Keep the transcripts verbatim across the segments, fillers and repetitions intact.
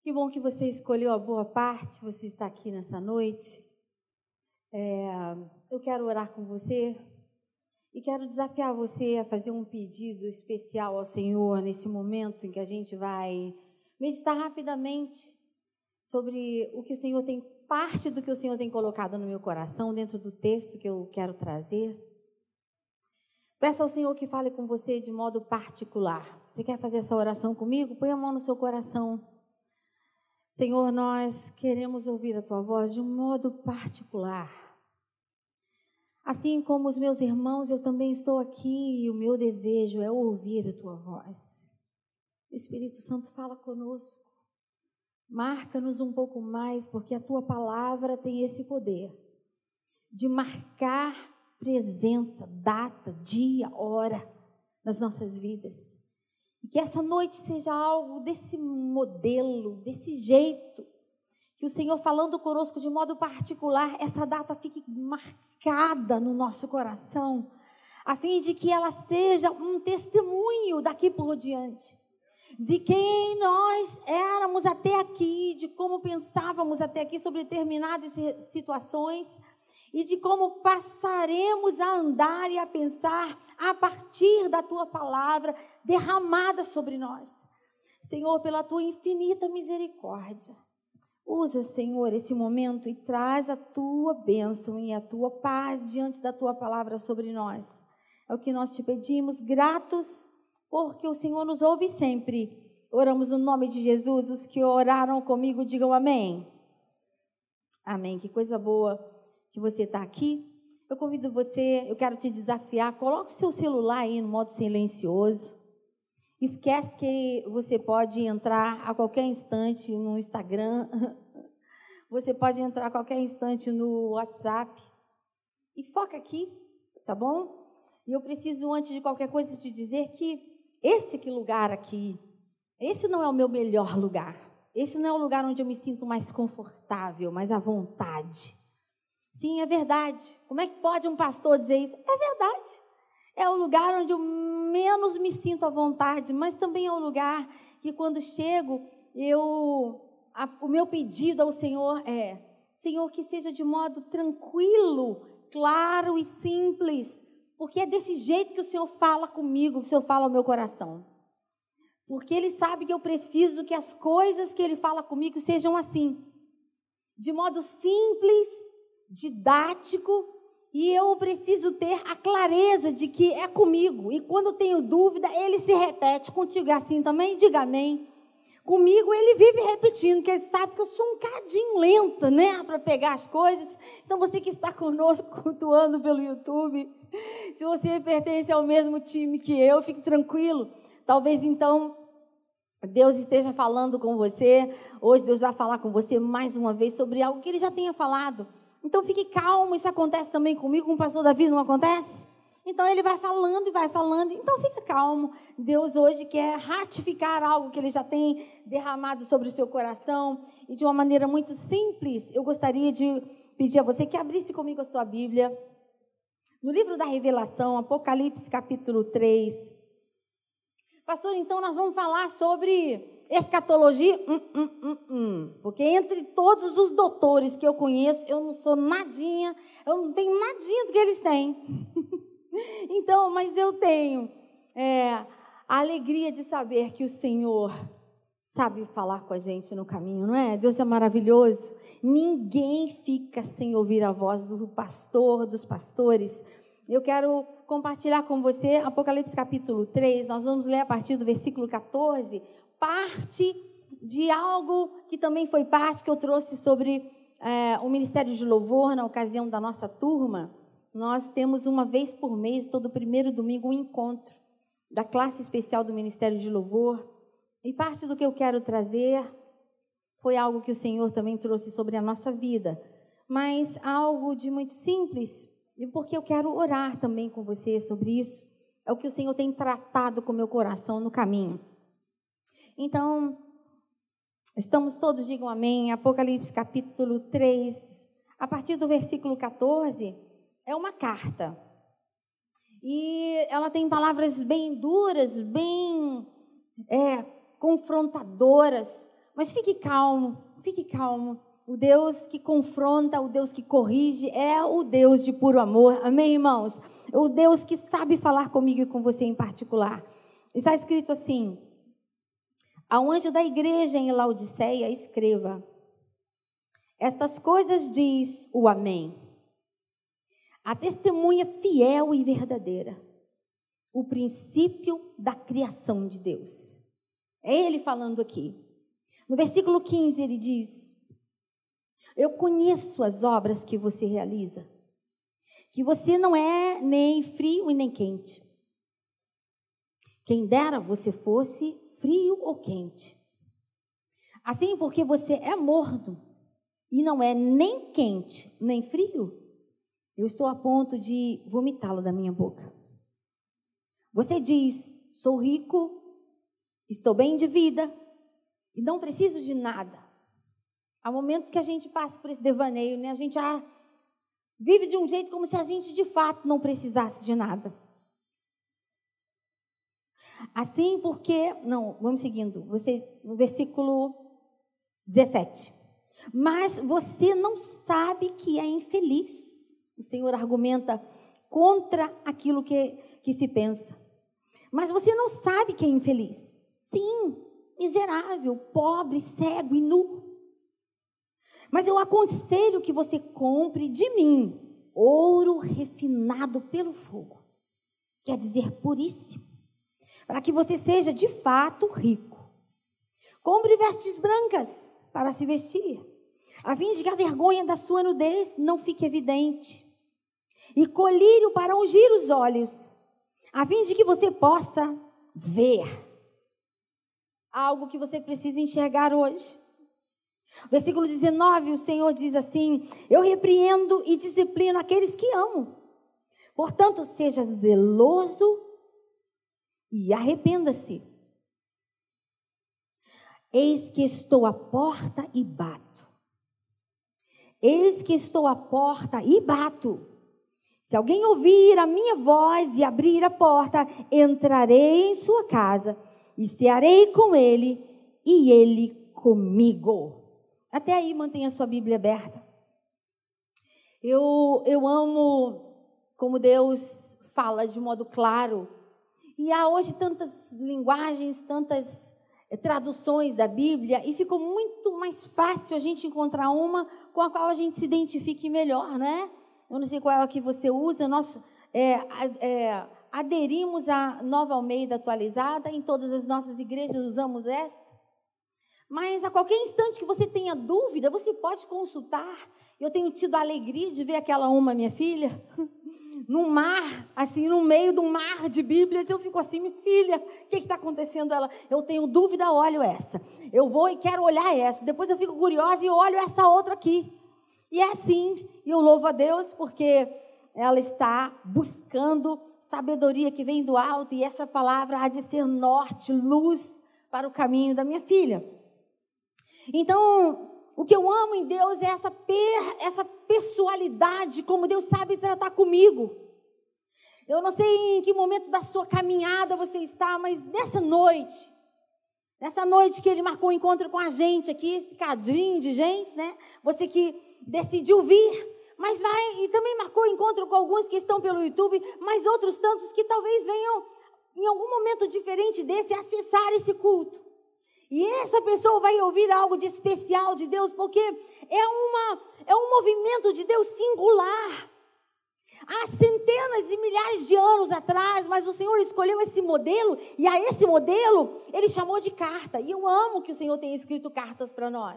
Que bom que você escolheu a boa parte, você está aqui nessa noite. É, eu quero orar com você e quero desafiar você a fazer um pedido especial ao Senhor nesse momento em que a gente vai meditar rapidamente sobre o que o Senhor tem, parte do que o Senhor tem colocado no meu coração dentro do texto que eu quero trazer. Peça ao Senhor que fale com você de modo particular. Você quer fazer essa oração comigo? Põe a mão no seu coração. Senhor, nós queremos ouvir a Tua voz de um modo particular. Assim como os meus irmãos, eu também estou aqui e o meu desejo é ouvir a Tua voz. O Espírito Santo fala conosco. Marca-nos um pouco mais, porque a Tua palavra tem esse poder de marcar presença, data, dia, hora nas nossas vidas. E que essa noite seja algo desse modelo, desse jeito, que o Senhor falando conosco de modo particular, essa data fique marcada no nosso coração, a fim de que ela seja um testemunho daqui por diante, de quem nós éramos até aqui, de como pensávamos até aqui sobre determinadas situações, e de como passaremos a andar e a pensar a partir da Tua palavra derramada sobre nós. Senhor, pela Tua infinita misericórdia, usa, Senhor, esse momento e traz a Tua bênção e a Tua paz diante da Tua palavra sobre nós. É o que nós te pedimos, gratos, porque o Senhor nos ouve sempre. Oramos no nome de Jesus. Os que oraram comigo, digam amém. Amém. Que coisa boa que você está aqui. Eu convido você, eu quero te desafiar, coloque o seu celular aí no modo silencioso. Esquece que você pode entrar a qualquer instante no Instagram, você pode entrar a qualquer instante no WhatsApp. E foca aqui, tá bom? E eu preciso, antes de qualquer coisa, te dizer que esse que lugar aqui, esse não é o meu melhor lugar. Esse não é o lugar onde eu me sinto mais confortável, mais à vontade. Sim, é verdade. Como é que pode um pastor dizer isso? É verdade. É o lugar onde eu menos me sinto à vontade, mas também é o lugar que quando chego, eu, a, o meu pedido ao Senhor é, Senhor, que seja de modo tranquilo, claro e simples, porque é desse jeito que o Senhor fala comigo, que o Senhor fala ao meu coração. Porque Ele sabe que eu preciso que as coisas que Ele fala comigo sejam assim, de modo simples, didático, e eu preciso ter a clareza de que é comigo. E quando tenho dúvida, ele se repete. Contigo é assim também? Diga amém. Comigo ele vive repetindo, que ele sabe que eu sou um cadinho lenta, né, para pegar as coisas. Então você que está conosco, cultuando pelo YouTube, se você pertence ao mesmo time que eu, fique tranquilo. Talvez então Deus esteja falando com você. Hoje Deus vai falar com você mais uma vez sobre algo que Ele já tenha falado. Então, fique calmo, isso acontece também comigo, com o pastor Davi, não acontece? Então, ele vai falando e vai falando, então fica calmo. Deus hoje quer ratificar algo que Ele já tem derramado sobre o seu coração, e de uma maneira muito simples, eu gostaria de pedir a você que abrisse comigo a sua Bíblia, no livro da Revelação, Apocalipse capítulo três. Pastor, então nós vamos falar sobre escatologia, hum, hum, hum, hum. Porque entre todos os doutores que eu conheço, eu não sou nadinha, eu não tenho nadinha do que eles têm. Então, mas eu tenho é, a alegria de saber que o Senhor sabe falar com a gente no caminho, não é? Deus é maravilhoso. Ninguém fica sem ouvir a voz do pastor, dos pastores. Eu quero compartilhar com você Apocalipse capítulo três, nós vamos ler a partir do versículo catorze, parte de algo que também foi parte que eu trouxe sobre é, o Ministério de Louvor na ocasião da nossa turma. Nós temos uma vez por mês, todo primeiro domingo, um encontro da classe especial do Ministério de Louvor. E parte do que eu quero trazer foi algo que o Senhor também trouxe sobre a nossa vida, mas algo de muito simples, e porque eu quero orar também com você sobre isso. É o que o Senhor tem tratado com o meu coração no caminho. Então, estamos todos, digam amém, Apocalipse capítulo três, a partir do versículo catorze, é uma carta. E ela tem palavras bem duras, bem é, confrontadoras, mas fique calmo, fique calmo. O Deus que confronta, o Deus que corrige, é o Deus de puro amor. Amém, irmãos? O Deus que sabe falar comigo e com você em particular. Está escrito assim: ao anjo da igreja em Laodiceia, escreva: estas coisas diz o Amém, a testemunha fiel e verdadeira, o princípio da criação de Deus. É ele falando aqui. No versículo quinze ele diz: eu conheço as obras que você realiza, que você não é nem frio e nem quente. Quem dera você fosse frio ou quente. Assim, porque você é morno e não é nem quente, nem frio, eu estou a ponto de vomitá-lo da minha boca. Você diz: sou rico, estou bem de vida e não preciso de nada. Há momentos que a gente passa por esse devaneio, né? A gente ah, vive de um jeito como se a gente de fato não precisasse de nada. Assim, porque... Não, vamos seguindo. Você, no versículo dezessete. Mas você não sabe que é infeliz. O Senhor argumenta contra aquilo que, que se pensa. Mas você não sabe que é infeliz. Sim, miserável, pobre, cego e nu. Mas eu aconselho que você compre de mim ouro refinado pelo fogo. Quer dizer, puríssimo. Para que você seja de fato rico. Compre vestes brancas para se vestir, a fim de que a vergonha da sua nudez não fique evidente. E colírio para ungir os olhos, a fim de que você possa ver algo que você precisa enxergar hoje. Versículo dezenove, o Senhor diz assim: eu repreendo e disciplino aqueles que amo. Portanto, seja zeloso e arrependa-se. Eis que estou à porta e bato. Eis que estou à porta e bato. Se alguém ouvir a minha voz e abrir a porta, entrarei em sua casa e cearei com ele e ele comigo. Até aí, mantenha a sua Bíblia aberta. Eu, eu amo como Deus fala de modo claro. E há hoje tantas linguagens, tantas traduções da Bíblia, e ficou muito mais fácil a gente encontrar uma com a qual a gente se identifique melhor, né? Eu não sei qual é a que você usa. Nós é, é, aderimos à Nova Almeida atualizada, em todas as nossas igrejas usamos esta. Mas a qualquer instante que você tenha dúvida, você pode consultar. Eu tenho tido a alegria de ver aquela uma, minha filha, num mar, assim, no meio de um mar de Bíblias. Eu fico assim: minha filha, o que está acontecendo? Ela, eu tenho dúvida, olho essa. Eu vou e quero olhar essa. Depois eu fico curiosa e olho essa outra aqui. E é assim, e eu louvo a Deus porque ela está buscando sabedoria que vem do alto, e essa palavra há de ser norte, luz para o caminho da minha filha. Então, o que eu amo em Deus é essa, per, essa pessoalidade, como Deus sabe tratar comigo. Eu não sei em que momento da sua caminhada você está, mas nessa noite, nessa noite que Ele marcou o um encontro com a gente aqui, esse cadrinho de gente, né? Você que decidiu vir, mas vai, e também marcou o um encontro com alguns que estão pelo YouTube, mas outros tantos que talvez venham, em algum momento diferente desse, acessar esse culto. E essa pessoa vai ouvir algo de especial de Deus, porque é, uma, é um movimento de Deus singular. Há centenas e milhares de anos atrás, mas o Senhor escolheu esse modelo, e a esse modelo Ele chamou de carta. E eu amo que o Senhor tenha escrito cartas para nós.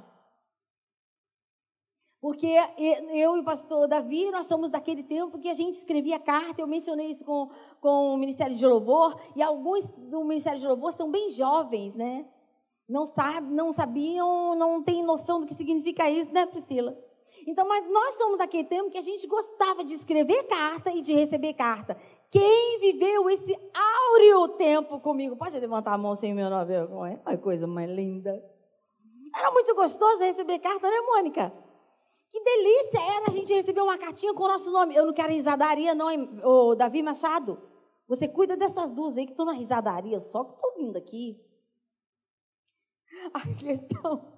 Porque eu e o pastor Davi, nós somos daquele tempo que a gente escrevia carta. Eu mencionei isso com, com o Ministério de Louvor, e alguns do Ministério de Louvor são bem jovens, né? Não, sabe, não sabiam, não têm noção do que significa isso, né, Priscila? Então, mas nós somos daquele tempo que a gente gostava de escrever carta e de receber carta. Quem viveu esse áureo tempo comigo? Pode levantar a mão sem meu nome? Ai, coisa mais linda. Era muito gostoso receber carta, né, Mônica? Que delícia era a gente receber uma cartinha com o nosso nome. Eu não quero risadaria, não, ô, Davi Machado. Você cuida dessas duas aí que estão na risadaria, só que estou vindo aqui. a questão...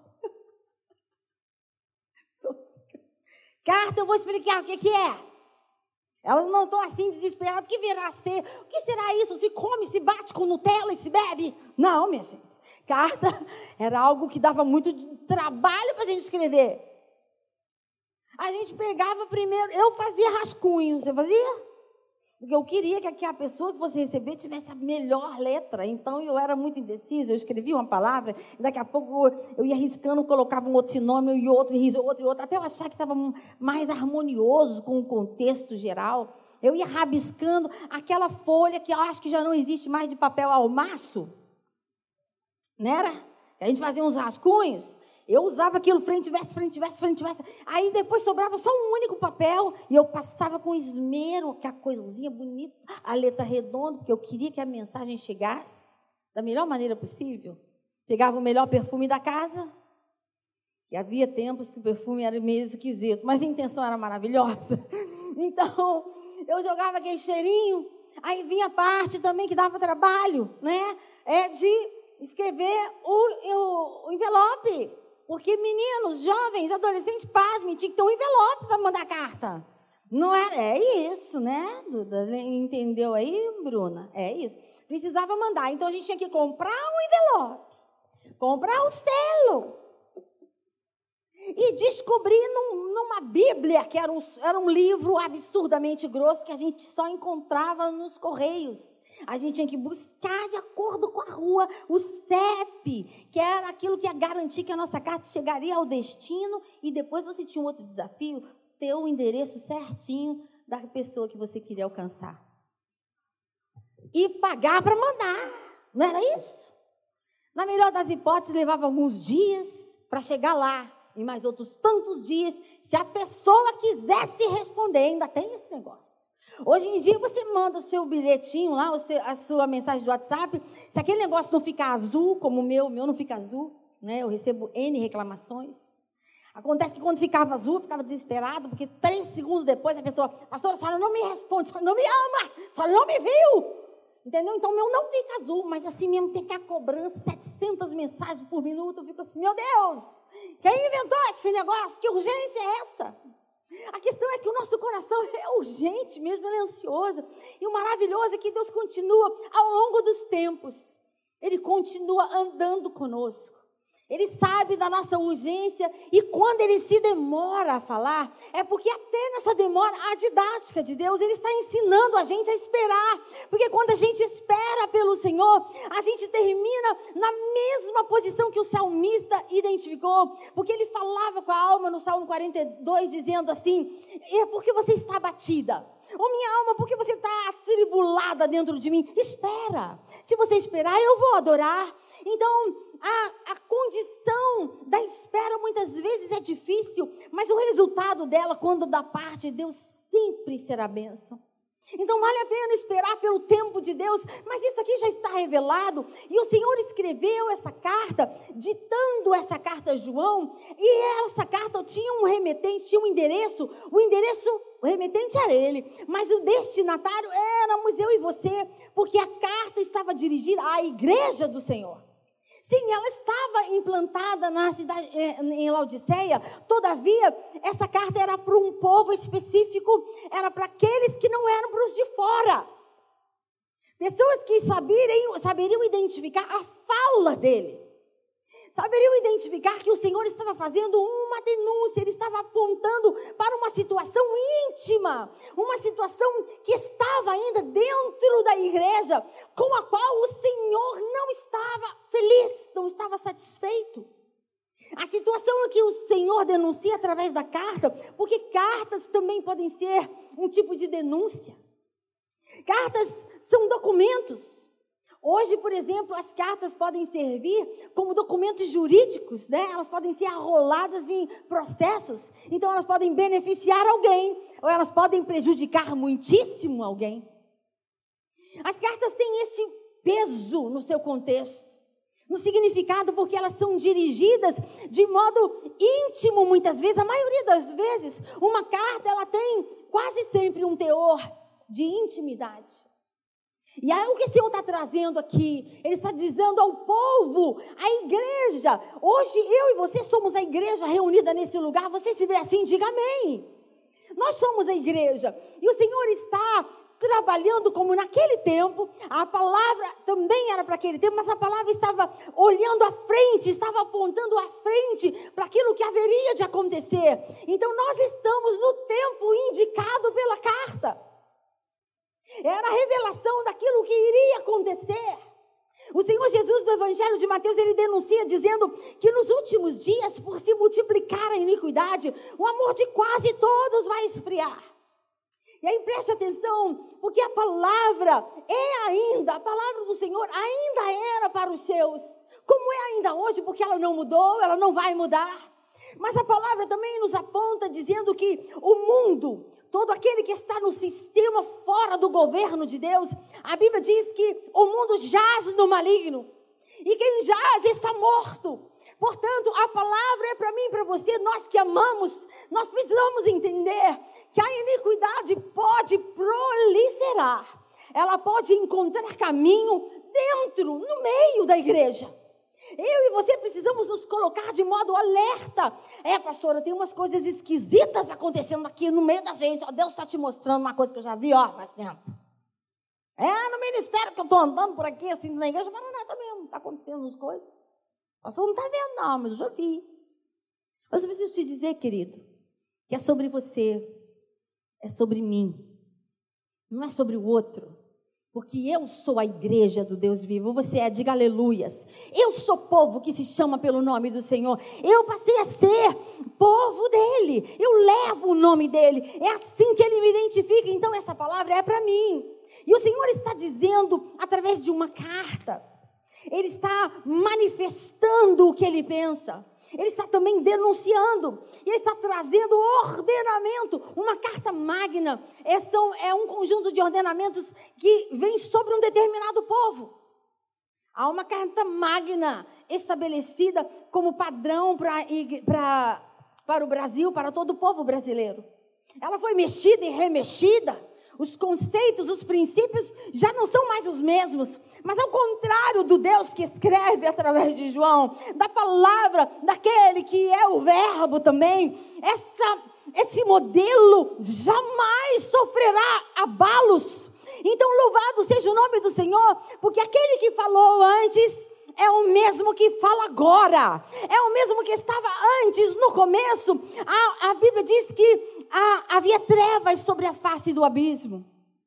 Carta, eu vou explicar o que, que é. Elas não estão assim desesperadas. O que virá a ser? O que será isso? Se come, se bate com Nutella e se bebe? Não, minha gente. Carta era algo que dava muito trabalho para a gente escrever. A gente pegava primeiro... Eu fazia rascunho. Você fazia? Porque eu queria que a pessoa que você receber tivesse a melhor letra. Então, eu era muito indecisa. Eu escrevia uma palavra, e daqui a pouco eu ia riscando, colocava um outro sinônimo e outro, e outro, e outro, até eu achar que estava mais harmonioso com o contexto geral. Eu ia rabiscando aquela folha que eu acho que já não existe mais de papel ao maço. Não era? A gente fazia uns rascunhos. Eu usava aquilo frente e verso, frente e verso, frente e verso. Aí depois sobrava só um único papel e eu passava com esmero, aquela coisinha bonita, a letra redonda, porque eu queria que a mensagem chegasse da melhor maneira possível. Pegava o melhor perfume da casa, e havia tempos que o perfume era meio esquisito, mas a intenção era maravilhosa. Então, eu jogava aquele cheirinho, aí vinha a parte também que dava trabalho, né? É de escrever o, o, o envelope. Porque meninos, jovens, adolescentes, pasmem, tinha que ter um envelope para mandar carta. Não era, é isso, né, Duda? Entendeu aí, Bruna? É isso. Precisava mandar. Então, a gente tinha que comprar um envelope, comprar o selo. E descobrir num, numa Bíblia, que era um, era um livro absurdamente grosso, que a gente só encontrava nos correios. A gente tinha que buscar, de acordo com a rua, o C E P, que era aquilo que ia garantir que a nossa carta chegaria ao destino, e depois você tinha um outro desafio, ter o endereço certinho da pessoa que você queria alcançar. E pagar para mandar, não era isso? Na melhor das hipóteses, levava alguns dias para chegar lá, e mais outros tantos dias, se a pessoa quisesse responder. Ainda tem esse negócio. Hoje em dia, você manda o seu bilhetinho lá, o seu, a sua mensagem do WhatsApp. Se aquele negócio não ficar azul, como o meu, o meu não fica azul, né? Eu recebo N reclamações. Acontece que quando ficava azul, eu ficava desesperado, porque três segundos depois a pessoa, pastora, a senhora não me responde, a senhora não me ama, a senhora não me viu. Entendeu? Então, o meu não fica azul, mas assim mesmo tem que a cobrança, setecentas mensagens por minuto, eu fico assim, meu Deus, quem inventou esse negócio? Que urgência é essa? A questão é que o nosso coração é urgente mesmo, ele é ansioso. E o maravilhoso é que Deus continua ao longo dos tempos. Ele continua andando conosco. Ele sabe da nossa urgência e quando ele se demora a falar, é porque até nessa demora, a didática de Deus, ele está ensinando a gente a esperar. Porque quando a gente espera pelo Senhor, a gente termina na mesma posição que o salmista identificou. Porque ele falava com a alma no Salmo quarenta e dois, dizendo assim, é porque você está abatida. Ô minha alma, por que você está atribulada dentro de mim? Espera. Se você esperar, eu vou adorar. Então, a, a condição da espera muitas vezes é difícil, mas o resultado dela, quando da parte de Deus, sempre será bênção. Então, vale a pena esperar pelo tempo de Deus, mas isso aqui já está revelado, e o Senhor escreveu essa carta, ditando essa carta a João, e essa carta tinha um remetente, tinha um endereço, o endereço, o remetente era ele, mas o destinatário éramos eu e você, porque a carta estava dirigida à igreja do Senhor. Sim, ela estava implantada na cidade, em Laodiceia, todavia, essa carta era para um povo específico, era para aqueles que não eram para os de fora. Pessoas que saberiam, saberiam identificar a fala dele. Saberiam identificar que o Senhor estava fazendo uma denúncia, ele estava apontando para uma situação íntima, uma situação que estava ainda dentro da igreja, com a qual o Senhor não estava feliz, não estava satisfeito. A situação é que o Senhor denuncia através da carta, porque cartas também podem ser um tipo de denúncia. Cartas são documentos. Hoje, por exemplo, as cartas podem servir como documentos jurídicos, né? Elas podem ser arroladas em processos. Então, elas podem beneficiar alguém, ou elas podem prejudicar muitíssimo alguém. As cartas têm esse peso no seu contexto, no significado, porque elas são dirigidas de modo íntimo, muitas vezes. A maioria das vezes, uma carta, ela tem quase sempre um teor de intimidade. E aí o que o Senhor está trazendo aqui? Ele está dizendo ao povo, à igreja. Hoje eu e você somos a igreja reunida nesse lugar. Você se vê assim, diga amém. Nós somos a igreja. E o Senhor está trabalhando como naquele tempo. A palavra também era para aquele tempo, mas a palavra estava olhando à frente, estava apontando à frente para aquilo que haveria de acontecer. Então nós estamos no tempo indicado pela carta. Era a revelação daquilo que iria acontecer. O Senhor Jesus, no Evangelho de Mateus, ele denuncia dizendo que nos últimos dias, por se multiplicar a iniquidade, o amor de quase todos vai esfriar. E aí preste atenção, porque a palavra é ainda, a palavra do Senhor ainda era para os seus. Como é ainda hoje, porque ela não mudou, ela não vai mudar. Mas a palavra também nos aponta dizendo que o mundo, todo aquele que está no sistema fora do governo de Deus, a Bíblia diz que o mundo jaz no maligno. E quem jaz está morto. Portanto, a palavra é para mim e para você, nós que amamos, nós precisamos entender que a iniquidade pode proliferar. Ela pode encontrar caminho dentro, no meio da igreja. Eu e você precisamos nos colocar de modo alerta. É, pastora, tem umas coisas esquisitas acontecendo aqui no meio da gente. Ó, Deus está te mostrando uma coisa que eu já vi, ó, faz tempo. É, no ministério que eu estou andando por aqui, assim, na igreja, mas não é mesmo, está acontecendo umas coisas. O pastor não está vendo, não, mas eu já vi. Mas eu preciso te dizer, querido, que é sobre você, é sobre mim, não é sobre o outro. Porque eu sou a igreja do Deus vivo. Você é, diga aleluias. Eu sou povo que se chama pelo nome do Senhor. Eu passei a ser povo dele. Eu levo o nome dele. É assim que ele me identifica. Então essa palavra é para mim. E o Senhor está dizendo através de uma carta. Ele está manifestando o que ele pensa. Ele está também denunciando. E ele está trazendo ordenamento. Uma carta magna é, são, é um conjunto de ordenamentos que vem sobre um determinado povo. Há uma carta magna estabelecida como padrão para, para, para o Brasil, para todo o povo brasileiro. Ela foi mexida e remexida. Os conceitos, os princípios já não são mais os mesmos. Mas ao contrário do Deus que escreve através de João, da palavra daquele que é o verbo também, essa, esse modelo jamais sofrerá abalos. Então louvado seja o nome do Senhor, porque aquele que falou antes é o mesmo que fala agora. É o mesmo que estava antes, no começo. A, a Bíblia diz que a, havia trevas sobre a face do abismo.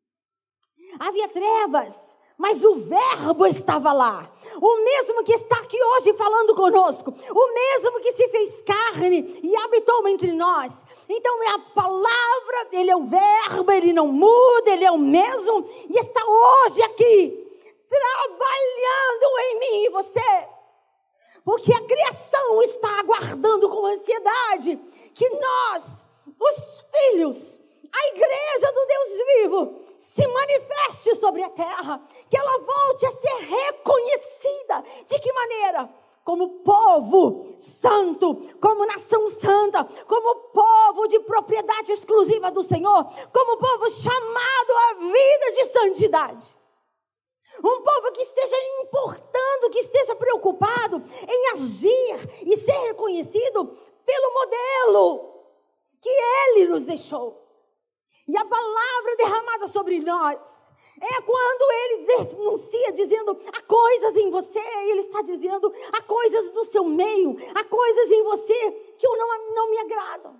Havia trevas, mas o verbo estava lá. O mesmo que está aqui hoje falando conosco. O mesmo que se fez carne e habitou entre nós. Então é a palavra, ele é o verbo, ele não muda, ele é o mesmo. E está hoje aqui, trabalhando em mim e você. Porque a criação está aguardando com ansiedade que nós, os filhos, a igreja do Deus vivo, se manifeste sobre a terra, que ela volte a ser reconhecida. De que maneira? Como povo santo, como nação santa, como povo de propriedade exclusiva do Senhor, como povo chamado à vida de santidade. Um povo que esteja importando, que esteja preocupado em agir e ser reconhecido pelo modelo que Ele nos deixou. E a palavra derramada sobre nós é quando Ele denuncia dizendo, há coisas em você, Ele está dizendo, há coisas no seu meio, há coisas em você que não, não me agradam.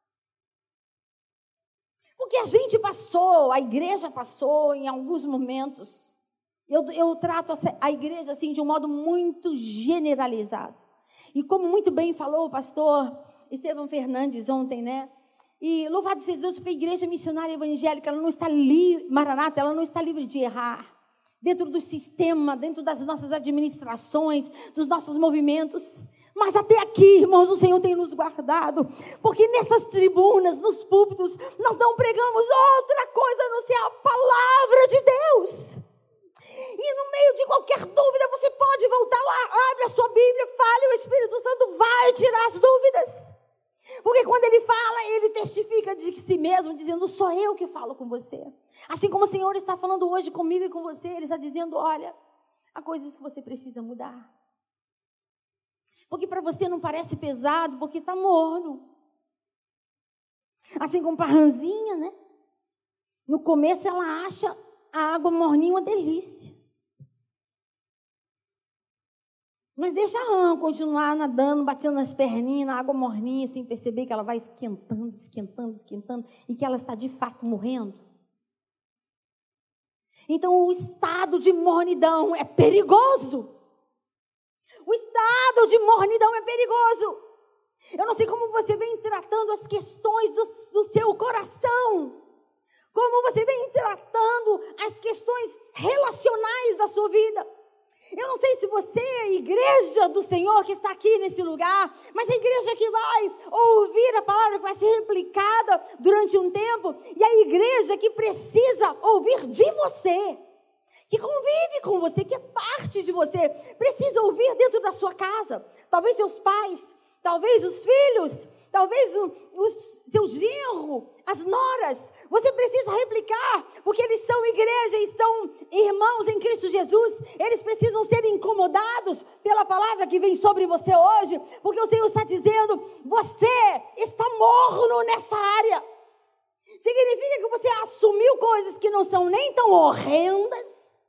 Porque a gente passou, a igreja passou em alguns momentos. Eu, eu trato a igreja assim de um modo muito generalizado. E como muito bem falou o pastor Estevão Fernandes ontem, né? E louvado seja Deus, porque a igreja missionária evangélica, ela não está livre, Maranata, ela não está livre de errar. Dentro do sistema, dentro das nossas administrações, dos nossos movimentos. Mas até aqui, irmãos, o Senhor tem nos guardado. Porque nessas tribunas, nos púlpitos, nós não pregamos outra coisa a não ser a palavra de Deus. E no meio de qualquer dúvida, você pode voltar lá, abre a sua Bíblia, fale, o Espírito Santo vai tirar as dúvidas. Porque quando ele fala, ele testifica de si mesmo, dizendo, sou eu que falo com você. Assim como o Senhor está falando hoje comigo e com você, Ele está dizendo, olha, há coisas que você precisa mudar. Porque para você não parece pesado, porque está morno. Assim como para a ranzinha, né? No começo ela acha a água morninha uma delícia. Mas deixa a rã continuar nadando, batendo nas perninhas, na água morninha, sem perceber que ela vai esquentando, esquentando, esquentando, e que ela está de fato morrendo. Então o estado de mornidão é perigoso. O estado de mornidão é perigoso. Eu não sei como você vem tratando as questões do, do seu coração. Como você vem tratando as questões relacionais da sua vida. Eu não sei se você é a igreja do Senhor que está aqui nesse lugar, mas a igreja que vai ouvir a palavra, que vai ser replicada durante um tempo, e a igreja que precisa ouvir de você, que convive com você, que é parte de você, precisa ouvir dentro da sua casa. Talvez seus pais, talvez os filhos, talvez os seus genros, as noras. Você precisa replicar, porque eles são igreja e são irmãos em Cristo Jesus. Eles precisam ser incomodados pela palavra que vem sobre você hoje, porque o Senhor está dizendo, você está morno nessa área. Significa que você assumiu coisas que não são nem tão horrendas,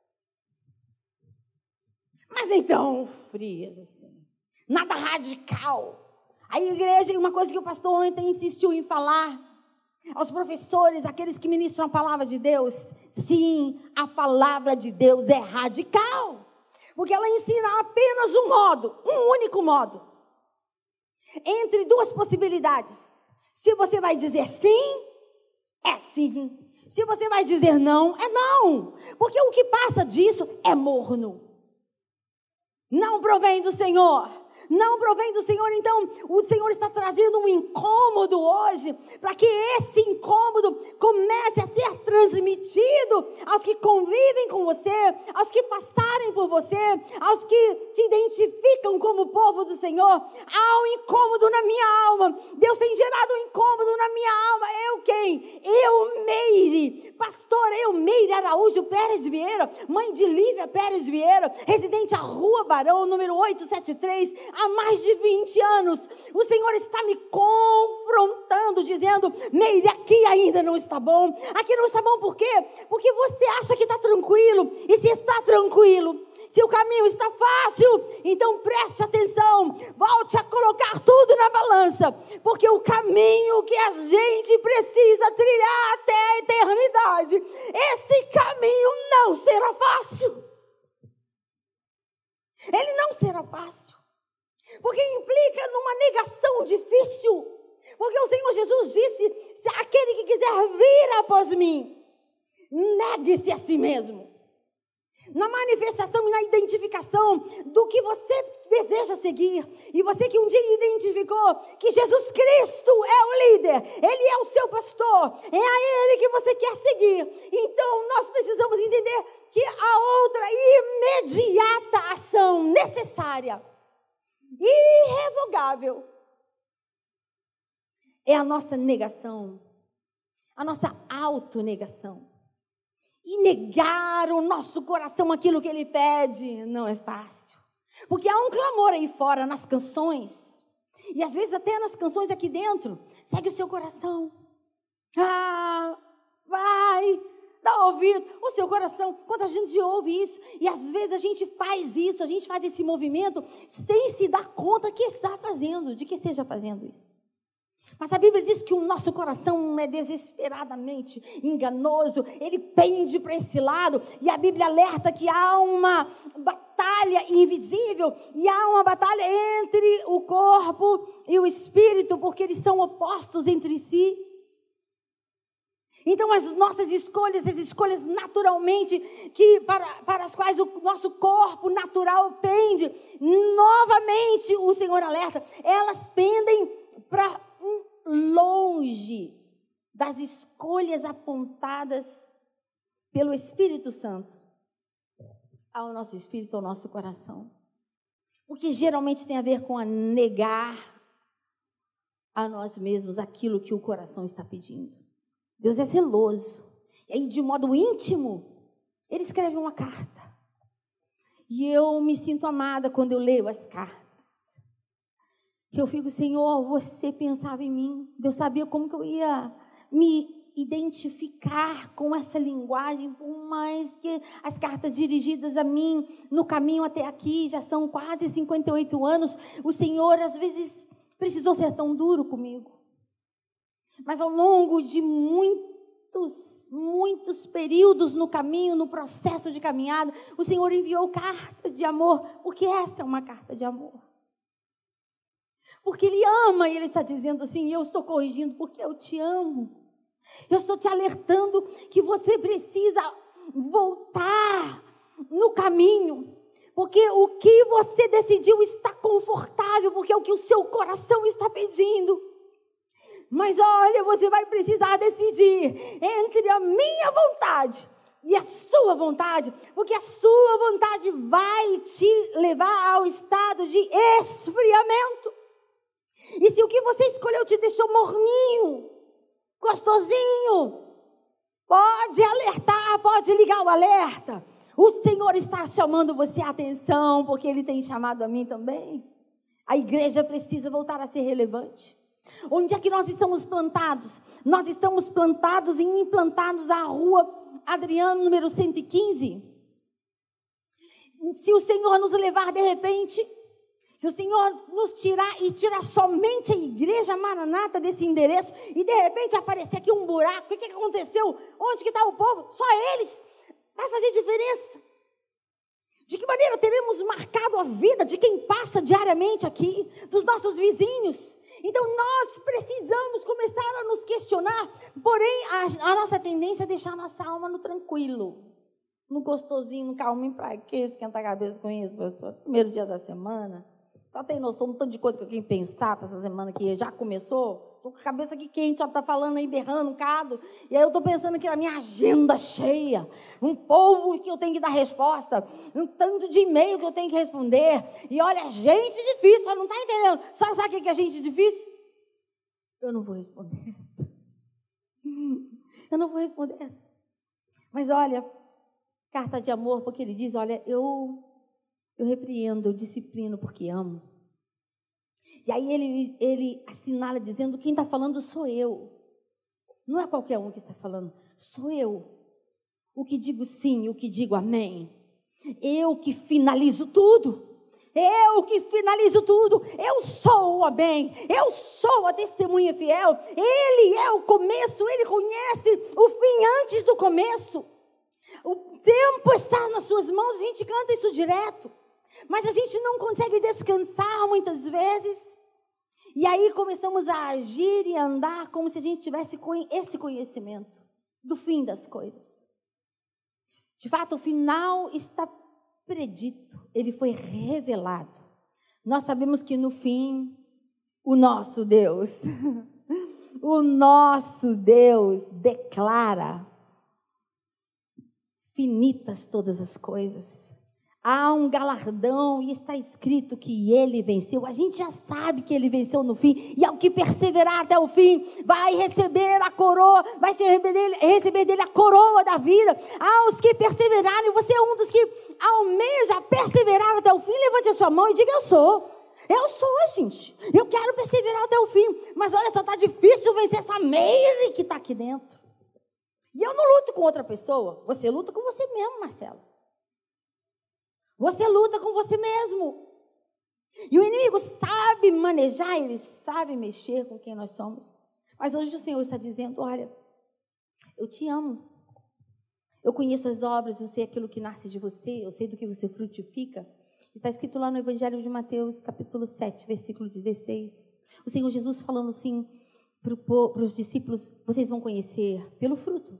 mas nem tão frias assim. Nada radical. A igreja, uma coisa que o pastor ontem insistiu em falar, aos professores, aqueles que ministram a palavra de Deus, sim, a palavra de Deus é radical, porque ela ensina apenas um modo, um único modo, entre duas possibilidades. Se você vai dizer sim, é sim. Se você vai dizer não, é não, porque o que passa disso é morno. Não provém do Senhor. Não provém do Senhor, então o Senhor está trazendo um incômodo hoje, para que esse incômodo comece a ser transmitido aos que convivem com você, aos que passarem por você, aos que te identificam como povo do Senhor. Há um incômodo na minha alma, Deus tem gerado um incômodo na minha alma. Eu quem? Eu, Meire, pastor eu, Meire Araújo Pérez Vieira, mãe de Lívia Pérez Vieira, residente à Rua Barão, número oitocentos e setenta e três, há mais de vinte anos, o Senhor está me confrontando, dizendo, Meire, aqui ainda não está bom. Aqui não está bom por quê? Porque você acha que está tranquilo, e se está tranquilo, se o caminho está fácil, então preste atenção, volte a colocar tudo na balança, porque o caminho que a gente precisa trilhar até a eternidade, esse caminho não será fácil. Ele não será fácil. Porque implica numa negação difícil. Porque o Senhor Jesus disse, se aquele que quiser vir após mim, negue-se a si mesmo. Na manifestação e na identificação do que você deseja seguir. E você que um dia identificou que Jesus Cristo é o líder, Ele é o seu pastor, é a Ele que você quer seguir. Então nós precisamos entender que a outra imediata ação necessária, irrevogável, é a nossa negação, a nossa autonegação. E negar o nosso coração aquilo que Ele pede não é fácil. Porque há um clamor aí fora nas canções, e às vezes até nas canções aqui dentro, segue o seu coração. Ah, vai, dá ouvido, o seu coração. Quando a gente ouve isso, e às vezes a gente faz isso, a gente faz esse movimento, sem se dar conta que está fazendo, de que esteja fazendo isso. Mas a Bíblia diz que o nosso coração é desesperadamente enganoso, ele pende para esse lado, e a Bíblia alerta que há uma batalha invisível, e há uma batalha entre o corpo e o espírito, porque eles são opostos entre si. Então as nossas escolhas, as escolhas naturalmente, que para, para as quais o nosso corpo natural pende, novamente o Senhor alerta, elas pendem para longe das escolhas apontadas pelo Espírito Santo ao nosso espírito, ao nosso coração. Porque geralmente tem a ver com a negar a nós mesmos aquilo que o coração está pedindo. Deus é zeloso. E aí, de modo íntimo, Ele escreve uma carta. E eu me sinto amada quando eu leio as cartas. Eu fico, Senhor, você pensava em mim. Deus sabia como que eu ia me identificar com essa linguagem, por mais que as cartas dirigidas a mim no caminho até aqui, já são quase cinquenta e oito anos, o Senhor às vezes precisou ser tão duro comigo. Mas ao longo de muitos, muitos períodos no caminho, no processo de caminhada, o Senhor enviou cartas de amor, porque essa é uma carta de amor. Porque Ele ama e Ele está dizendo assim, eu estou corrigindo porque eu te amo. Eu estou te alertando que você precisa voltar no caminho, porque o que você decidiu está confortável, porque é o que o seu coração está pedindo. Mas olha, você vai precisar decidir entre a minha vontade e a sua vontade, porque a sua vontade vai te levar ao estado de esfriamento. E se o que você escolheu te deixou morninho, gostosinho, pode alertar, pode ligar o alerta. O Senhor está chamando você a atenção, porque Ele tem chamado a mim também. A igreja precisa voltar a ser relevante. Onde é que nós estamos plantados? Nós estamos plantados e implantados à rua Adriano, número cento e quinze. Se o Senhor nos levar de repente, se o Senhor nos tirar e tirar somente a igreja Maranata desse endereço e de repente aparecer aqui um buraco, o que, que aconteceu? Onde que está o povo? Só eles. Vai fazer diferença. De que maneira teremos marcado a vida de quem passa diariamente aqui, dos nossos vizinhos? Então nós precisamos começar a nos questionar, porém a, a nossa tendência é deixar a nossa alma no tranquilo, no gostosinho, no calminho, para que esquentar a cabeça com isso, primeiro dia da semana. Só tem noção de um tanto de coisa que eu tenho que pensar para essa semana que já começou. Estou com a cabeça aqui quente, já está falando aí, berrando um bocado. E aí eu estou pensando aqui na minha agenda cheia. Um povo que eu tenho que dar resposta. Um tanto de e-mail que eu tenho que responder. E olha, gente difícil, você não está entendendo. Só sabe o que é gente difícil? Eu não vou responder essa. Eu não vou responder essa. Mas olha, carta de amor, porque ele diz, olha, eu... Eu repreendo, eu disciplino porque amo. E aí ele, ele assinala dizendo, quem está falando sou eu. Não é qualquer um que está falando, sou eu. O que digo sim, o que digo amém. Eu que finalizo tudo. Eu que finalizo tudo. Eu sou o amém. Eu sou a testemunha fiel. Ele é o começo, Ele conhece o fim antes do começo. O tempo está nas suas mãos, a gente canta isso direto. Mas a gente não consegue descansar muitas vezes. E aí começamos a agir e a andar como se a gente tivesse esse conhecimento do fim das coisas. De fato, o final está predito. Ele foi revelado. Nós sabemos que no fim, o nosso Deus, o nosso Deus declara finitas todas as coisas. Há um galardão e está escrito que ele venceu. A gente já sabe que ele venceu no fim. E ao que perseverar até o fim, vai receber a coroa, vai receber dele, receber dele a coroa da vida. Aos que perseverarem, você é um dos que almeja perseverar até o fim, levante a sua mão e diga, eu sou. Eu sou, gente. Eu quero perseverar até o fim. Mas olha só, está difícil vencer essa Meire que está aqui dentro. E eu não luto com outra pessoa. Você luta com você mesmo, Marcelo. Você luta com você mesmo. E o inimigo sabe manejar, ele sabe mexer com quem nós somos. Mas hoje o Senhor está dizendo, olha, eu te amo. Eu conheço as obras, eu sei aquilo que nasce de você, eu sei do que você frutifica. Está escrito lá no Evangelho de Mateus, capítulo sete, versículo dezesseis. O Senhor Jesus falando assim para os discípulos, vocês vão conhecer pelo fruto.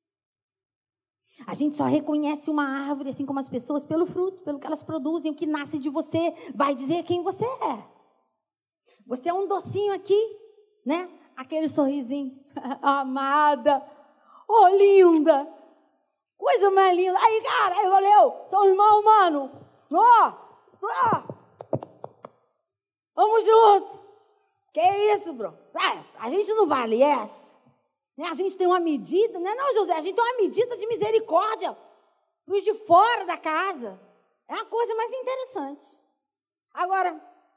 A gente só reconhece uma árvore, assim como as pessoas, pelo fruto, pelo que elas produzem. O que nasce de você vai dizer quem você é. Você é um docinho aqui, né? Aquele sorrisinho. Amada. Oh, linda. Coisa mais linda. Aí, cara, aí, valeu. Sou irmão, mano. Ó, oh, ó. Oh. Vamos junto. Que isso, bro? Ah, a gente não vale essa. Né? A gente tem uma medida, não é não, José? A gente tem uma medida de misericórdia para os de fora da casa. É a coisa mais interessante. Agora,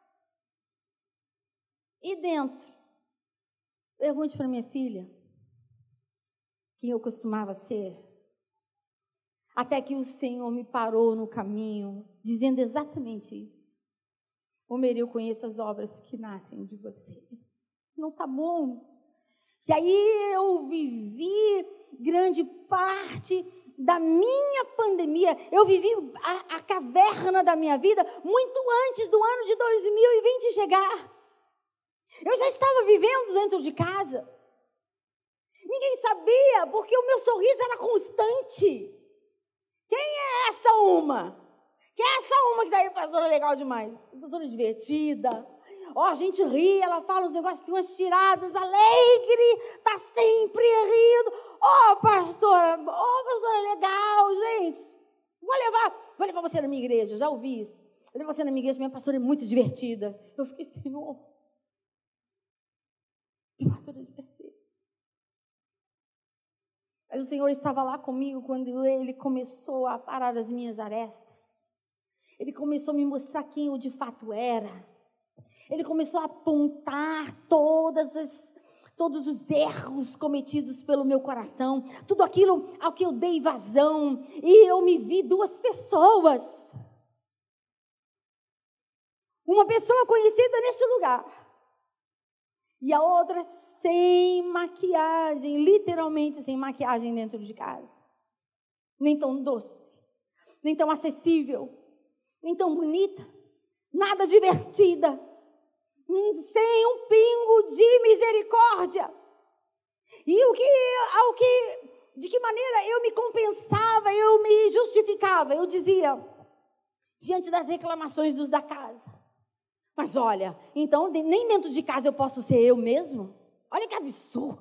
e dentro? Pergunte para minha filha quem eu costumava ser. Até que o Senhor me parou no caminho, dizendo exatamente isso. Homer, eu conheço as obras que nascem de você. Não está bom? E aí eu vivi grande parte da minha pandemia. Eu vivi a, a caverna da minha vida muito antes do ano de dois mil e vinte chegar. Eu já estava vivendo dentro de casa. Ninguém sabia, porque o meu sorriso era constante. Quem é essa uma? Quem é essa uma que daí, pastora, legal demais? Pastora divertida. Ó, a gente ri, ela fala uns negócios, tem umas tiradas, alegre, tá sempre rindo. Ó, pastora, ó, pastora, legal, gente. Vou levar, vou levar você na minha igreja, já ouvi isso. Vou levar você na minha igreja, minha pastora é muito divertida. Eu fiquei, Senhor, que pastora divertida. Mas o Senhor estava lá comigo quando Ele começou a parar as minhas arestas. Ele começou a me mostrar quem eu de fato era. Ele começou a apontar todas as, todos os erros cometidos pelo meu coração. Tudo aquilo ao que eu dei vazão. E eu me vi duas pessoas. Uma pessoa conhecida nesse lugar. E a outra sem maquiagem, literalmente sem maquiagem dentro de casa. Nem tão doce, nem tão acessível, nem tão bonita, nada divertida, sem um pingo de misericórdia. E o que, ao que, de que maneira eu me compensava, eu me justificava, eu dizia, diante das reclamações dos da casa, mas olha, então nem dentro de casa eu posso ser eu mesmo? Olha que absurdo.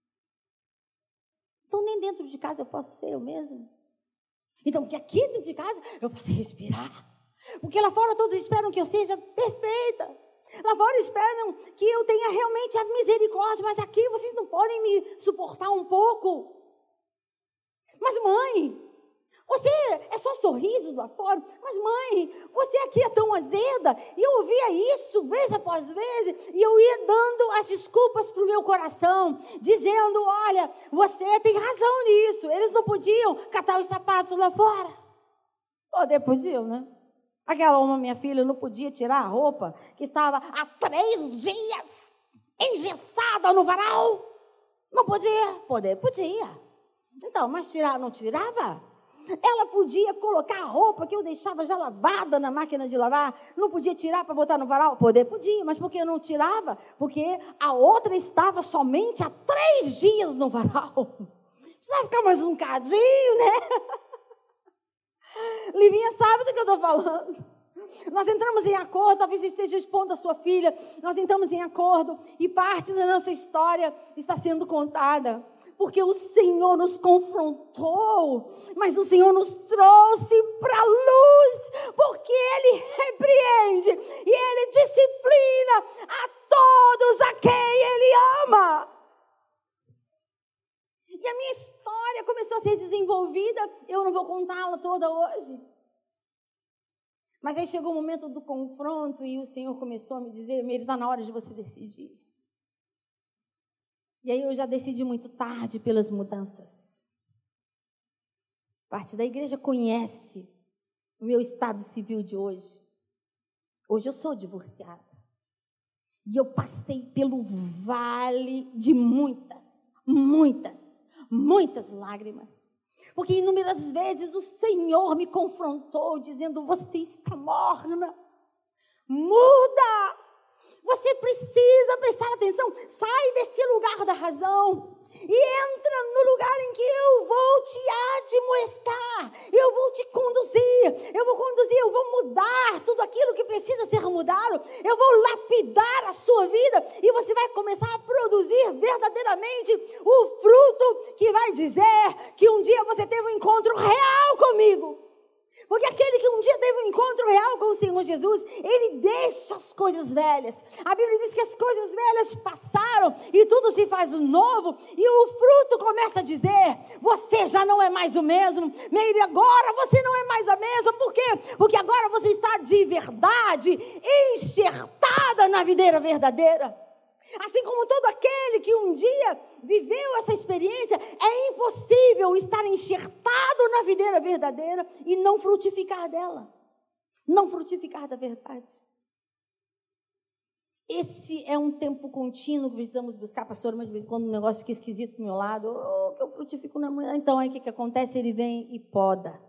Então, nem dentro de casa eu posso ser eu mesmo. Então, porque aqui dentro de casa eu posso respirar. Porque lá fora todos esperam que eu seja perfeita. Lá fora esperam que eu tenha realmente a misericórdia. Mas aqui vocês não podem me suportar um pouco. Mas, mãe, você é só sorrisos lá fora. Mas, mãe, você aqui é tão azeda. E eu ouvia isso vez após vez. E eu ia dando as desculpas para o meu coração. Dizendo, olha, você tem razão nisso. Eles não podiam catar os sapatos lá fora. Poder podiam, né? Aquela uma, minha filha, não podia tirar a roupa que estava há três dias engessada no varal. Não podia. Poder podia. Então, mas tirar não tirava? Ela podia colocar a roupa que eu deixava já lavada na máquina de lavar. Não podia tirar para botar no varal? Poder podia, mas por que eu não tirava? Porque a outra estava somente há três dias no varal. Precisava ficar mais um cadinho, né? Livinha sabe do que eu estou falando. Nós entramos em acordo, talvez esteja expondo a sua filha. Nós entramos em acordo e parte da nossa história está sendo contada. Porque o Senhor nos confrontou, mas o Senhor nos trouxe para a luz, porque Ele repreende e Ele disciplina a todos a quem Ele ama. E a minha história começou a ser desenvolvida, eu não vou contá-la toda hoje. Mas aí chegou o momento do confronto e o Senhor começou a me dizer, Meire, está na hora de você decidir. E aí eu já decidi muito tarde pelas mudanças. Parte da igreja conhece o meu estado civil de hoje. Hoje eu sou divorciada. E eu passei pelo vale de muitas, muitas, muitas lágrimas. Porque inúmeras vezes o Senhor me confrontou dizendo, você está morna. Muda! Você precisa prestar atenção. Sai desse lugar da razão e entra no lugar em que eu vou te admoestar. Eu vou te conduzir. Eu vou conduzir, eu vou mudar tudo aquilo que precisa ser mudado. Eu vou lapidar a sua vida e você vai começar a produzir verdadeiramente o fruto que vai dizer que um dia você teve um encontro real comigo. Porque aquele que um dia teve um encontro real com o Senhor Jesus, ele deixa as coisas velhas. A Bíblia diz que as coisas velhas passaram e tudo se faz novo. E o fruto começa a dizer, você já não é mais o mesmo. Meire, agora você não é mais a mesma. Por quê? Porque agora você está de verdade enxertada na videira verdadeira. Assim como todo aquele que um dia viveu essa experiência, é impossível estar enxertado na videira verdadeira e não frutificar dela. Não frutificar da verdade. Esse é um tempo contínuo que precisamos buscar, pastor, mas de vez em quando o negócio fica esquisito do meu lado, oh, que eu frutifico na manhã. Então aí o que, que acontece? Ele vem e poda.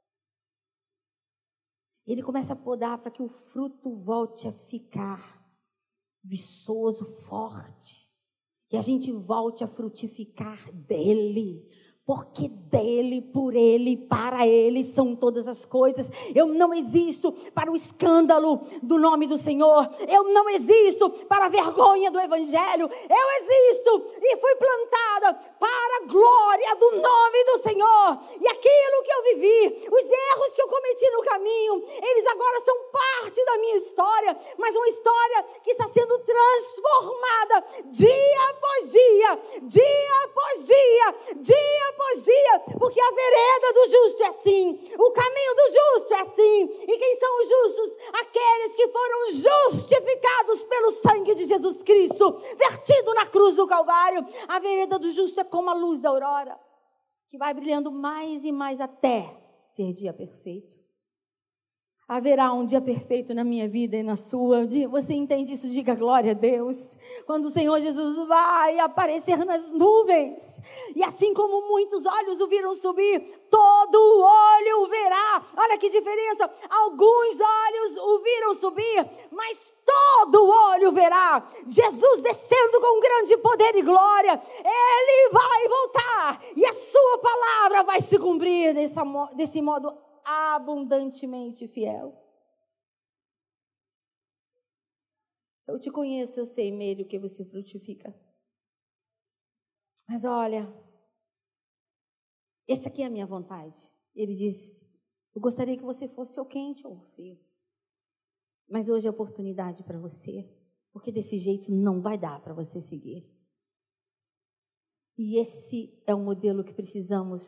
Ele começa a podar para que o fruto volte a ficar viçoso, forte, que a gente volte a frutificar dele, porque dele, por ele, para ele são todas as coisas. Eu não existo para o escândalo do nome do Senhor, eu não existo para a vergonha do Evangelho, eu existo e fui plantada para a glória do nome do Senhor. E aquilo que eu vivi, os erros que eu cometi no caminho, eles agora são parte da minha história, mas uma história que está sendo transformada dia após dia, dia após dia, dia após dia, porque a vereda do justo é assim, o caminho do justo é assim. E quem são os justos? Aqueles que foram justificados pelo sangue de Jesus Cristo, vertido na cruz do Calvário. A vereda do justo é como a luz da aurora, que vai brilhando mais e mais até ser dia perfeito. Haverá um dia perfeito na minha vida e na sua. Você entende isso? Diga glória a Deus. Quando o Senhor Jesus vai aparecer nas nuvens, e assim como muitos olhos o viram subir, todo olho o verá. Olha que diferença. Alguns olhos o viram subir, mas todo olho verá Jesus descendo com grande poder e glória. Ele vai voltar e a sua palavra vai se cumprir desse, desse modo abundantemente fiel. Eu te conheço, eu sei, Meire, o que você frutifica. Mas olha, essa aqui é a minha vontade. Ele disse, eu gostaria que você fosse ou quente ou frio. Mas hoje é oportunidade para você, porque desse jeito não vai dar para você seguir. E esse é o modelo que precisamos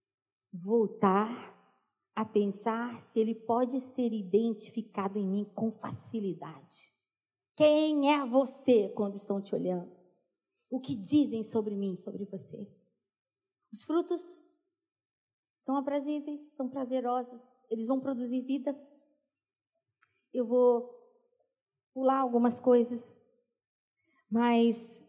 voltar a pensar se ele pode ser identificado em mim com facilidade. Quem é você quando estão te olhando? O que dizem sobre mim, sobre você? Os frutos são aprazíveis, são prazerosos, eles vão produzir vida. Eu vou pular algumas coisas, mas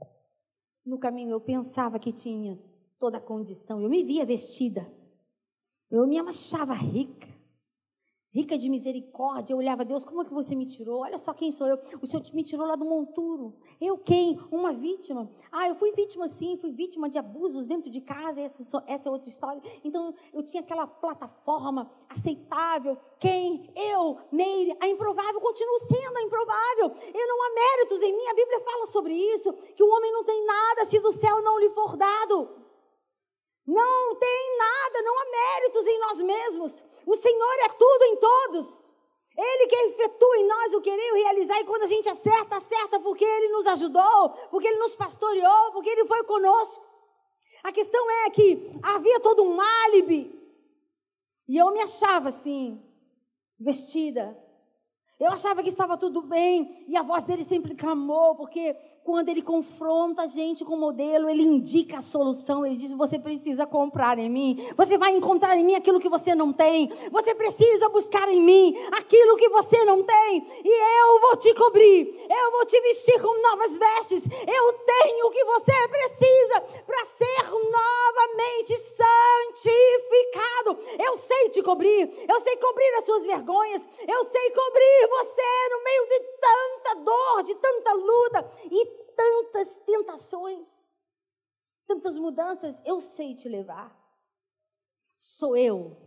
no caminho eu pensava que tinha toda a condição, eu me via vestida. Eu me achava rica, rica de misericórdia. Eu olhava, Deus, como é que você me tirou? Olha só quem sou eu. O Senhor me tirou lá do monturo. Eu quem? Uma vítima. Ah, eu fui vítima sim, fui vítima de abusos dentro de casa. Essa, essa é outra história. Então, eu tinha aquela plataforma aceitável. Quem? Eu, Meire, a improvável, continuo sendo a improvável. Eu não há méritos em mim. A Bíblia fala sobre isso, que o homem não tem nada se do céu não lhe for dado. Não tem nada, não há méritos em nós mesmos. O Senhor é tudo em todos. Ele que efetua em nós o querer e o realizar. E quando a gente acerta, acerta porque Ele nos ajudou, porque Ele nos pastoreou, porque Ele foi conosco. A questão é que havia todo um álibi. E eu me achava assim, vestida. Eu achava que estava tudo bem. E a voz dele sempre clamou, porque quando ele confronta a gente com o modelo, ele indica a solução. Ele diz, você precisa comprar em mim. Você vai encontrar em mim aquilo que você não tem. Você precisa buscar em mim aquilo que você não tem. E eu vou te cobrir. Eu vou te vestir com novas vestes. Eu tenho o que você precisa para ser novamente santificado. Eu sei te cobrir. Eu sei cobrir as suas vergonhas. Eu sei cobrir você no meio de tanta dor, de tanta luta e tantas tentações, tantas mudanças. Eu sei te levar. Sou eu,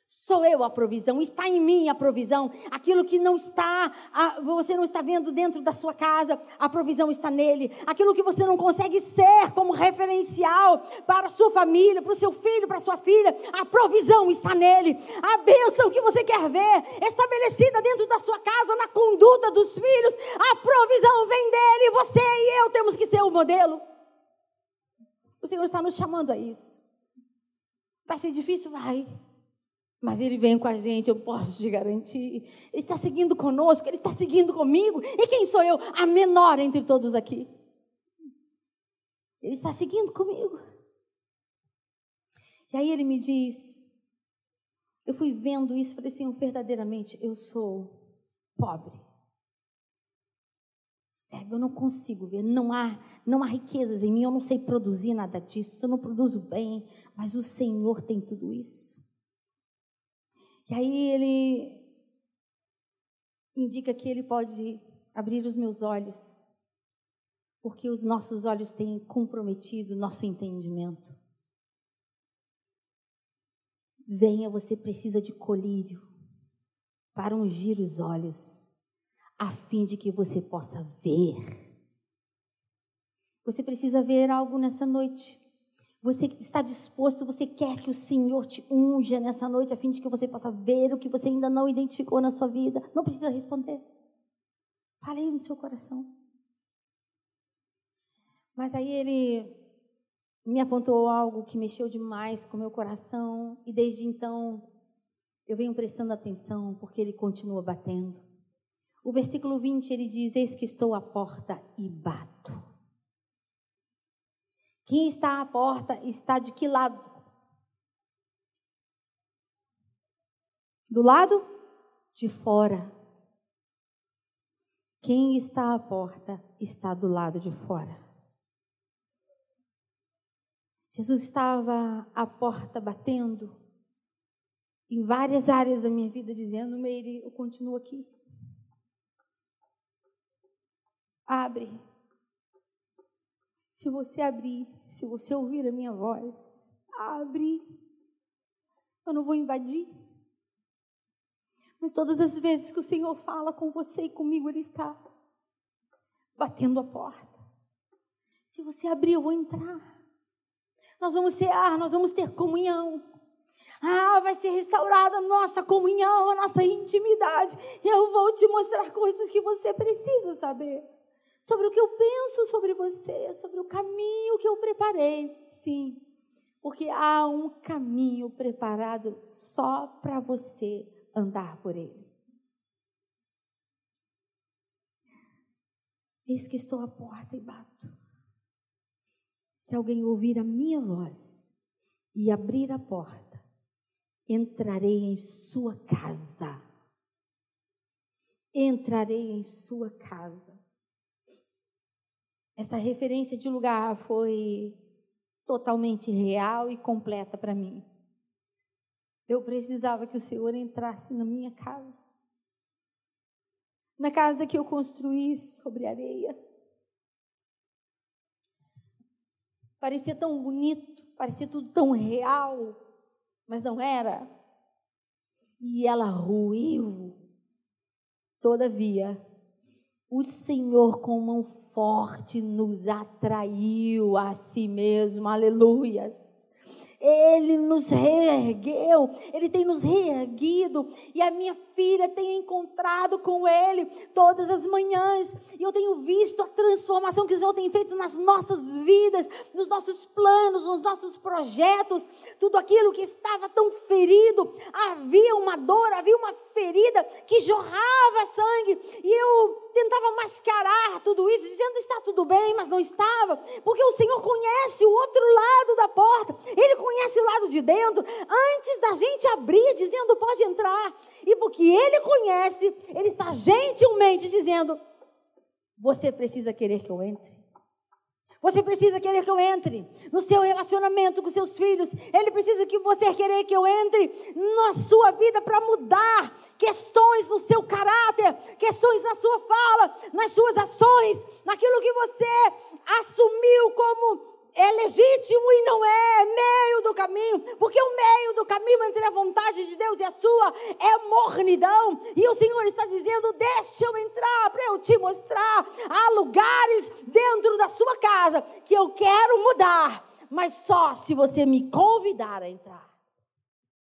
Sou eu a provisão, está em mim a provisão. Aquilo que não está, a, você não está vendo dentro da sua casa, a provisão está nele. Aquilo que você não consegue ser como referencial para a sua família, para o seu filho, para a sua filha, a provisão está nele. A bênção que você quer ver estabelecida dentro da sua casa, na conduta dos filhos, a provisão vem dele. Você e eu temos que ser o modelo. O Senhor está nos chamando a isso. Vai ser difícil? Vai. Mas Ele vem com a gente, eu posso te garantir. Ele está seguindo conosco, Ele está seguindo comigo. E quem sou eu? A menor entre todos aqui. Ele está seguindo comigo. E aí Ele me diz, eu fui vendo isso, falei assim, verdadeiramente, eu sou pobre. Cego, eu não consigo ver, não há, não há riquezas em mim, eu não sei produzir nada disso, eu não produzo bem, mas o Senhor tem tudo isso. E aí Ele indica que Ele pode abrir os meus olhos, porque os nossos olhos têm comprometido o nosso entendimento. Venha, você precisa de colírio para ungir os olhos, a fim de que você possa ver. Você precisa ver algo nessa noite. Você está disposto, você quer que o Senhor te unja nessa noite, a fim de que você possa ver o que você ainda não identificou na sua vida. Não precisa responder. Fale aí no seu coração. Mas aí Ele me apontou algo que mexeu demais com o meu coração, e desde então eu venho prestando atenção, porque Ele continua batendo. O versículo vinte, Ele diz, eis que estou à porta e bato. Quem está à porta está de que lado? Do lado de fora. Quem está à porta está do lado de fora. Jesus estava à porta batendo em várias áreas da minha vida, dizendo, Meire, eu continuo aqui. Abre. Se você abrir, se você ouvir a minha voz, abre. Eu não vou invadir. Mas todas as vezes que o Senhor fala com você e comigo, Ele está batendo a porta. Se você abrir, eu vou entrar. Nós vamos cear, nós vamos ter comunhão. Ah, vai ser restaurada a nossa comunhão, a nossa intimidade. Eu vou te mostrar coisas que você precisa saber. Sobre o que eu penso sobre você, sobre o caminho que eu preparei. Sim, porque há um caminho preparado só para você andar por ele. Eis que estou à porta e bato. Se alguém ouvir a minha voz e abrir a porta, entrarei em sua casa. Entrarei em sua casa. Essa referência de lugar foi totalmente real e completa para mim. Eu precisava que o Senhor entrasse na minha casa. Na casa que eu construí sobre areia. Parecia tão bonito, parecia tudo tão real, mas não era. E ela ruiu. Todavia, o Senhor com mão forte nos atraiu a si mesmo, aleluias. Ele nos reergueu, Ele tem nos reerguido, e a minha filha tem encontrado com Ele todas as manhãs, e eu tenho visto a transformação que o Senhor tem feito nas nossas vidas, nos nossos planos, nos nossos projetos, tudo aquilo que estava tão ferido, havia uma dor, havia uma ferida que jorrava sangue, e eu tentava mascarar tudo isso, dizendo está tudo bem, mas não estava, porque o Senhor conhece o outro lado da porta, Ele conhece o lado de dentro, antes da gente abrir, dizendo pode entrar, e porque Ele conhece, Ele está gentilmente dizendo, você precisa querer que eu entre. Você precisa querer que eu entre no seu relacionamento com seus filhos. Ele precisa que você querer que eu entre na sua vida para mudar questões no seu caráter, questões na sua fala, nas suas ações, naquilo que você assumiu como é legítimo e não é, é meio do caminho, porque o meio do caminho entre a vontade de Deus e a sua é mornidão, e o Senhor está dizendo, deixa eu entrar para eu te mostrar, há lugares dentro da sua casa que eu quero mudar, mas só se você me convidar a entrar.